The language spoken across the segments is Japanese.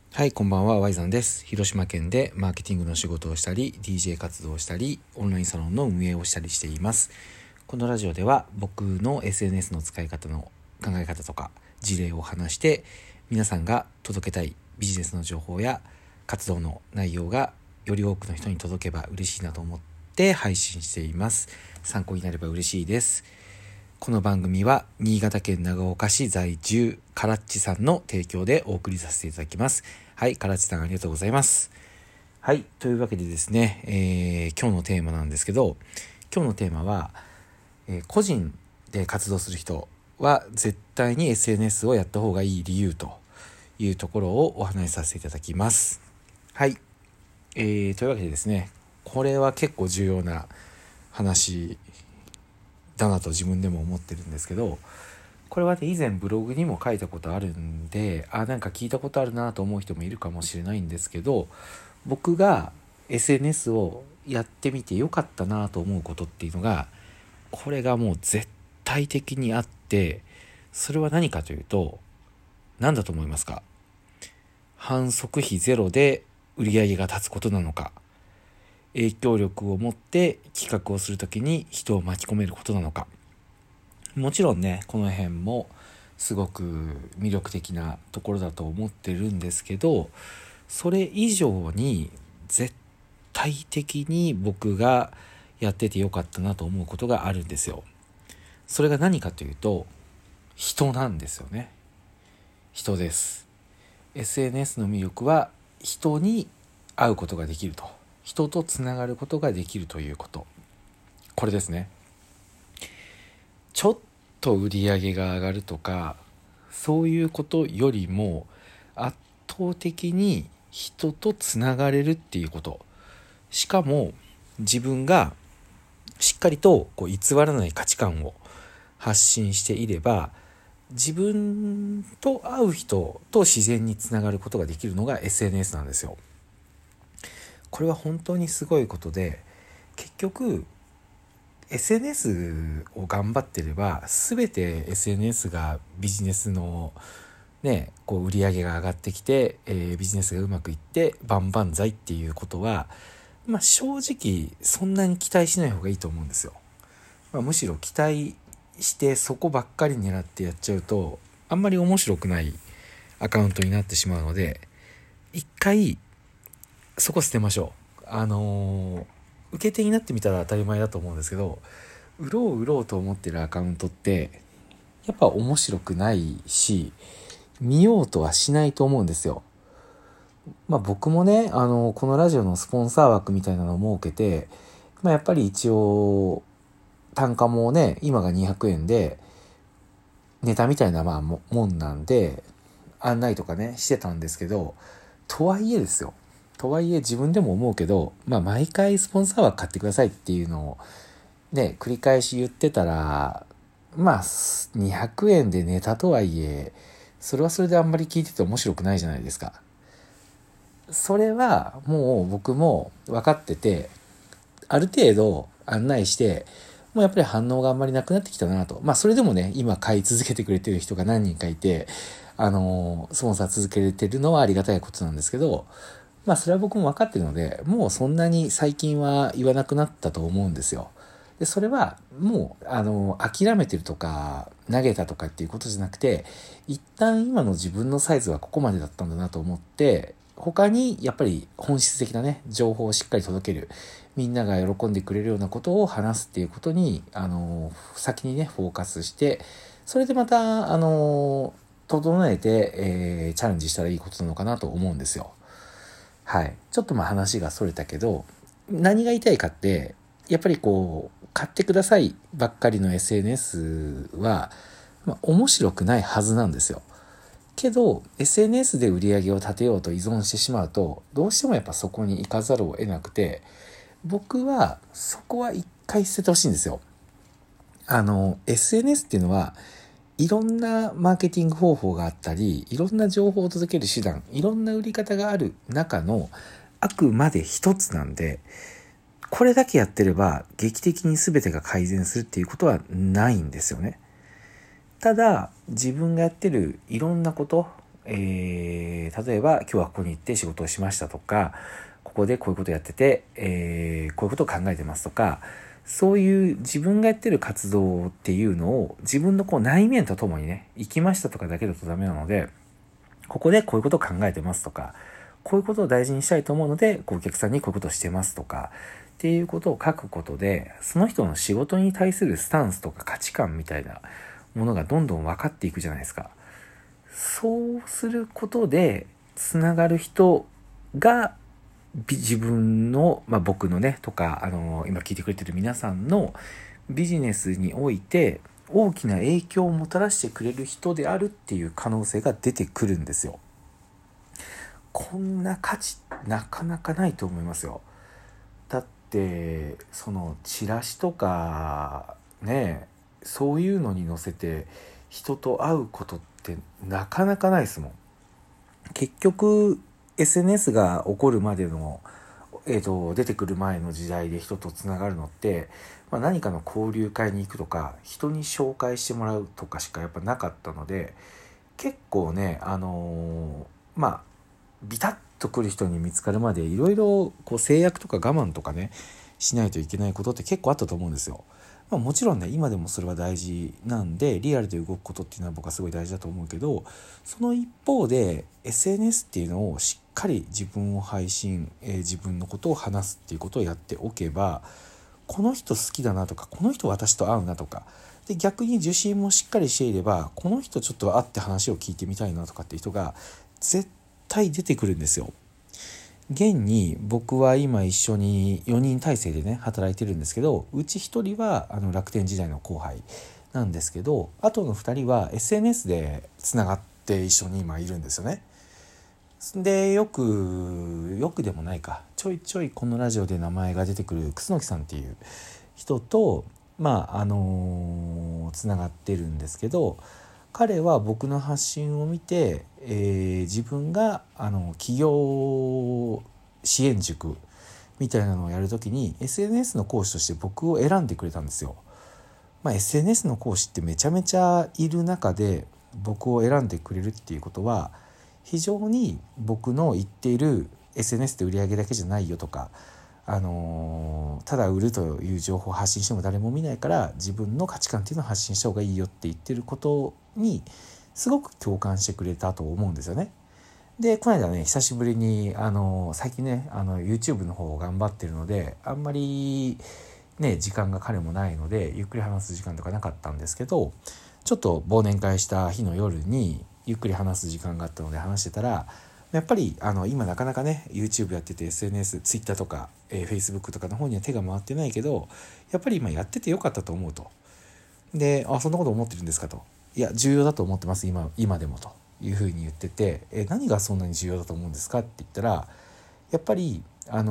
はい、こんばんは、ワイザンです。広島県でマーケティングの仕事をしたり、DJ 活動をしたり、オンラインサロンの運営をしたりしています。このラジオでは僕の SNS の使い方の考え方とか事例を話して、皆さんが届けたいビジネスの情報や活動の内容がより多くの人に届けば嬉しいなと思って配信しています。参考になれば嬉しいです。この番組は新潟県長岡市在住カラッチさんの提供でお送りさせていただきます。はい、カラッチさんありがとうございます。はい、というわけでですね、今日のテーマなんですけど、今日のテーマは、個人で活動する人は絶対に SNS をやった方がいい理由というところをお話しさせていただきます。はい、というわけでですね、これは結構重要な話だなと自分でも思ってるんですけど、これはね以前ブログにも書いたことあるんで、なんか聞いたことあるなと思う人もいるかもしれないんですけど、僕が SNS をやってみてよかったなと思うことっていうのが、これがもう絶対的にあって、それは何かというと、何だと思いますか？反則費ゼロで売り上げが立つことなのか、影響力を持って企画をするときに人を巻き込めることなのか。もちろんね、この辺もすごく魅力的なところだと思ってるんですけど、それ以上に絶対的に僕がやっててよかったなと思うことがあるんですよ。それが何かというと、人なんですよね。人です。SNS の魅力は人に会うことができると。人とつながることができるということ。これですね。ちょっと売り上げが上がるとか、そういうことよりも圧倒的に人とつながれるっていうこと。しかも自分がしっかりと偽らない価値観を発信していれば、自分と会う人と自然につながることができるのが SNS なんですよ。これは本当にすごいことで、結局 SNS を頑張ってれば全て SNS がビジネスのね、売り上げが上がってきて、ビジネスがうまくいって万々歳っていうことは、正直そんなに期待しない方がいいと思うんですよ。むしろ期待してそこばっかり狙ってやっちゃうと、あんまり面白くないアカウントになってしまうので、一回そこ捨てましょう。受け手になってみたら当たり前だと思うんですけど、売ろう売ろうと思ってるアカウントってやっぱ面白くないし、見ようとはしないと思うんですよ。僕もね、このラジオのスポンサー枠みたいなのを設けて、やっぱり一応単価もね、今が200円でネタみたいなもんなんで案内とかねしてたんですけど、とはいえですよ、とはいえ自分でも思うけど、毎回スポンサー枠買ってくださいっていうのをね繰り返し言ってたら、200円でネタとはいえ、それはそれであんまり聞いてて面白くないじゃないですか。それはもう僕も分かってて、ある程度案内して、もうやっぱり反応があんまりなくなってきたなと。それでもね、今買い続けてくれてる人が何人かいて、スポンサー続けてるのはありがたいことなんですけど、それは僕も分かってるので、もうそんなに最近は言わなくなったと思うんですよ。で、それはもう、諦めてるとか、投げたとかっていうことじゃなくて、一旦今の自分のサイズはここまでだったんだなと思って、他にやっぱり本質的なね、情報をしっかり届ける。みんなが喜んでくれるようなことを話すっていうことに、先にね、フォーカスして、それでまた、整えて、チャレンジしたらいいことなのかなと思うんですよ。はい。ちょっと話が逸れたけど、何が言いたいかって、やっぱり買ってくださいばっかりの SNS は、面白くないはずなんですよ。けど SNS で売り上げを立てようと依存してしまうと、どうしてもやっぱそこに行かざるを得なくて、僕はそこは一回捨ててほしいんですよ。SNS っていうのはいろんなマーケティング方法があったり、いろんな情報を届ける手段、いろんな売り方がある中のあくまで一つなんで、これだけやってれば劇的に全てが改善するっていうことはないんですよね。ただ自分がやってるいろんなこと例えば今日はここに行って仕事をしましたとか、ここでこういうことやってて、こういうことを考えてますとか、そういう自分がやってる活動っていうのを自分の内面とともにね、行きましたとかだけだとダメなので、ここでこういうことを考えてますとか、こういうことを大事にしたいと思うので、お客さんにこういうことをしてますとか、っていうことを書くことで、その人の仕事に対するスタンスとか価値観みたいなものがどんどん分かっていくじゃないですか。そうすることで、つながる人が、自分の、僕のね、とか、今聞いてくれてる皆さんのビジネスにおいて、大きな影響をもたらしてくれる人であるっていう可能性が出てくるんですよ。こんな価値なかなかないと思いますよ。だってそのチラシとかね、そういうのに載せて人と会うことってなかなかないですもん。結局 SNS が起こるまでの、出てくる前の時代で人とつながるのって、何かの交流会に行くとか人に紹介してもらうとかしかやっぱなかったので、結構ねビタッと来る人に見つかるまでいろいろ制約とか我慢とかねしないといけないことって結構あったと思うんですよ。もちろんね今でもそれは大事なんで、リアルで動くことっていうのは僕はすごい大事だと思うけど、その一方で SNS っていうのをしっかり自分を配信、自分のことを話すっていうことをやっておけば、この人好きだなとか、この人私と合うなとかで、逆に受信もしっかりしていれば、この人ちょっと会って話を聞いてみたいなとかっていう人が絶対出てくるんですよ。現に僕は今一緒に4人体制でね働いてるんですけど、うち1人は楽天時代の後輩なんですけど、あとの2人は SNS でつながって一緒に今いるんですよね。でよくでもないか、ちょいちょいこのラジオで名前が出てくる楠木さんっていう人とつながってるんですけど、彼は僕の発信を見て、自分が企業支援塾みたいなのをやるときに SNS の講師として僕を選んでくれたんですよ。SNS の講師ってめちゃめちゃいる中で僕を選んでくれるっていうことは、非常に僕の言っている SNS で売り上げだけじゃないよとか、ただ売るという情報を発信しても誰も見ないから自分の価値観っていうのを発信した方がいいよって言ってることにすごく共感してくれたと思うんですよね。でこの間ね久しぶりに最近ねYouTube の方を頑張ってるので、あんまりね時間が彼もないのでゆっくり話す時間とかなかったんですけど、ちょっと忘年会した日の夜にゆっくり話す時間があったので話してたら、やっぱり今なかなかね YouTube やってて SNS、Twitter とか、Facebook とかの方には手が回ってないけど、やっぱり今やっててよかったと思うと。で、そんなこと思ってるんですかと。いや重要だと思ってます今でもというふうに言ってて、何がそんなに重要だと思うんですかって言ったら、やっぱり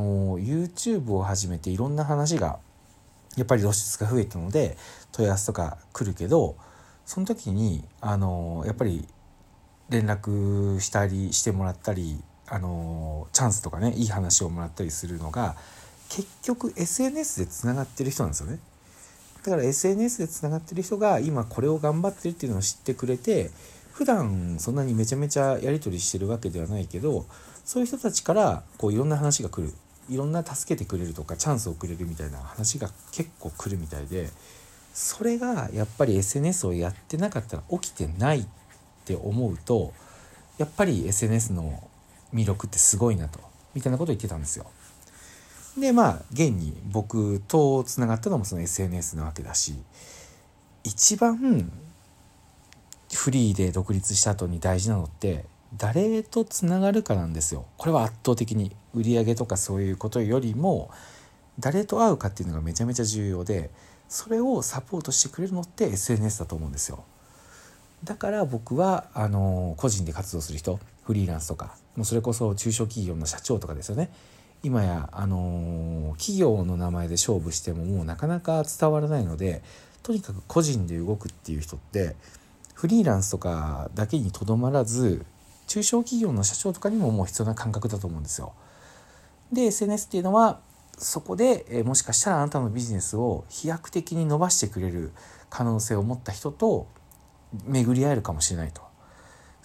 YouTube を始めていろんな話がやっぱり露出が増えたので問い合わせとか来るけど、その時にやっぱり連絡したりしてもらったりチャンスとかねいい話をもらったりするのが結局 SNS でつながってる人なんですよね。だから SNS でつながってる人が今これを頑張ってるっていうのを知ってくれて、普段そんなにめちゃめちゃやり取りしてるわけではないけど、そういう人たちからいろんな話が来る、いろんな助けてくれるとかチャンスをくれるみたいな話が結構来るみたいで、それがやっぱり SNS をやってなかったら起きてないって思うと、やっぱり SNS の魅力ってすごいなとみたいなことを言ってたんですよ。で現に僕とつながったのもその SNS なわけだし、一番フリーで独立した後に大事なのって誰とつながるかなんですよ。これは圧倒的に売り上げとかそういうことよりも誰と会うかっていうのがめちゃめちゃ重要で、それをサポートしてくれるのって SNS だと思うんですよ。だから僕は個人で活動する人、フリーランスとかもうそれこそ中小企業の社長とかですよね。今や企業の名前で勝負してももうなかなか伝わらないので、とにかく個人で動くっていう人ってフリーランスとかだけにとどまらず中小企業の社長とかにももう必要な感覚だと思うんですよ。で SNS っていうのはそこでもしかしたらあなたのビジネスを飛躍的に伸ばしてくれる可能性を持った人と巡り合えるかもしれないと。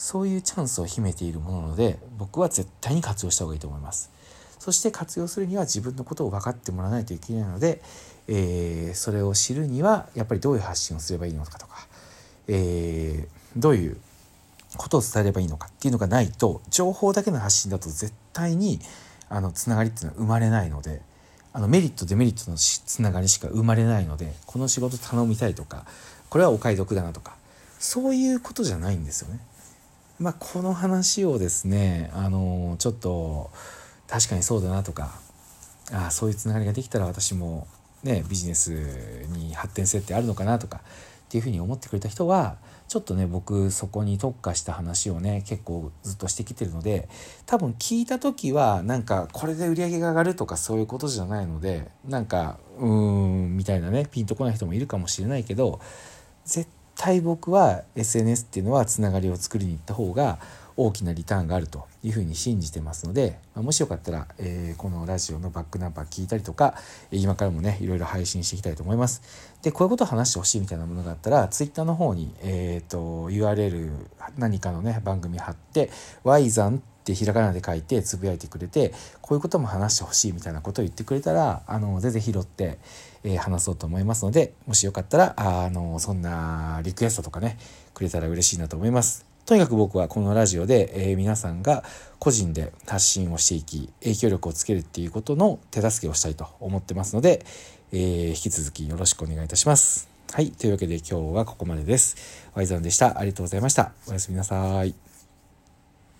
そういうチャンスを秘めているものなので、僕は絶対に活用した方がいいと思います。そして活用するには自分のことを分かってもらわないといけないので、それを知るにはやっぱりどういう発信をすればいいのかとか、どういうことを伝えればいいのかっていうのがないと、情報だけの発信だと絶対につながりっていうのは生まれないので、メリットデメリットのつながりしか生まれないので、この仕事頼みたいとか、これはお買い得だなとか、そういうことじゃないんですよね。この話をですね、ちょっと確かにそうだなとか、そういうつながりができたら私もねビジネスに発展性ってあるのかなとかっていうふうに思ってくれた人は、ちょっとね僕そこに特化した話をね結構ずっとしてきてるので、多分聞いた時はなんかこれで売り上げが上がるとかそういうことじゃないので、なんかみたいなねピンとこない人もいるかもしれないけど、絶対僕は SNS っていうのはつながりを作りに行った方が大きなリターンがあるというふうに信じてますので、もしよかったら、このラジオのバックナンバー聞いたりとか、今からもねいろいろ配信していきたいと思います。でこういうことを話してほしいみたいなものがあったら Twitter の方に、URL 何かのね番組貼って Y さんってひらがなで書いてつぶやいてくれて、こういうことも話してほしいみたいなことを言ってくれたら全然拾って、話そうと思いますので、もしよかったらそんなリクエストとかねくれたら嬉しいなと思います。とにかく僕はこのラジオで、皆さんが個人で発信をしていき影響力をつけるっていうことの手助けをしたいと思ってますので、引き続きよろしくお願いいたします。はい、というわけで今日はここまでです。ワイザンでした。ありがとうございました。おやすみなさい。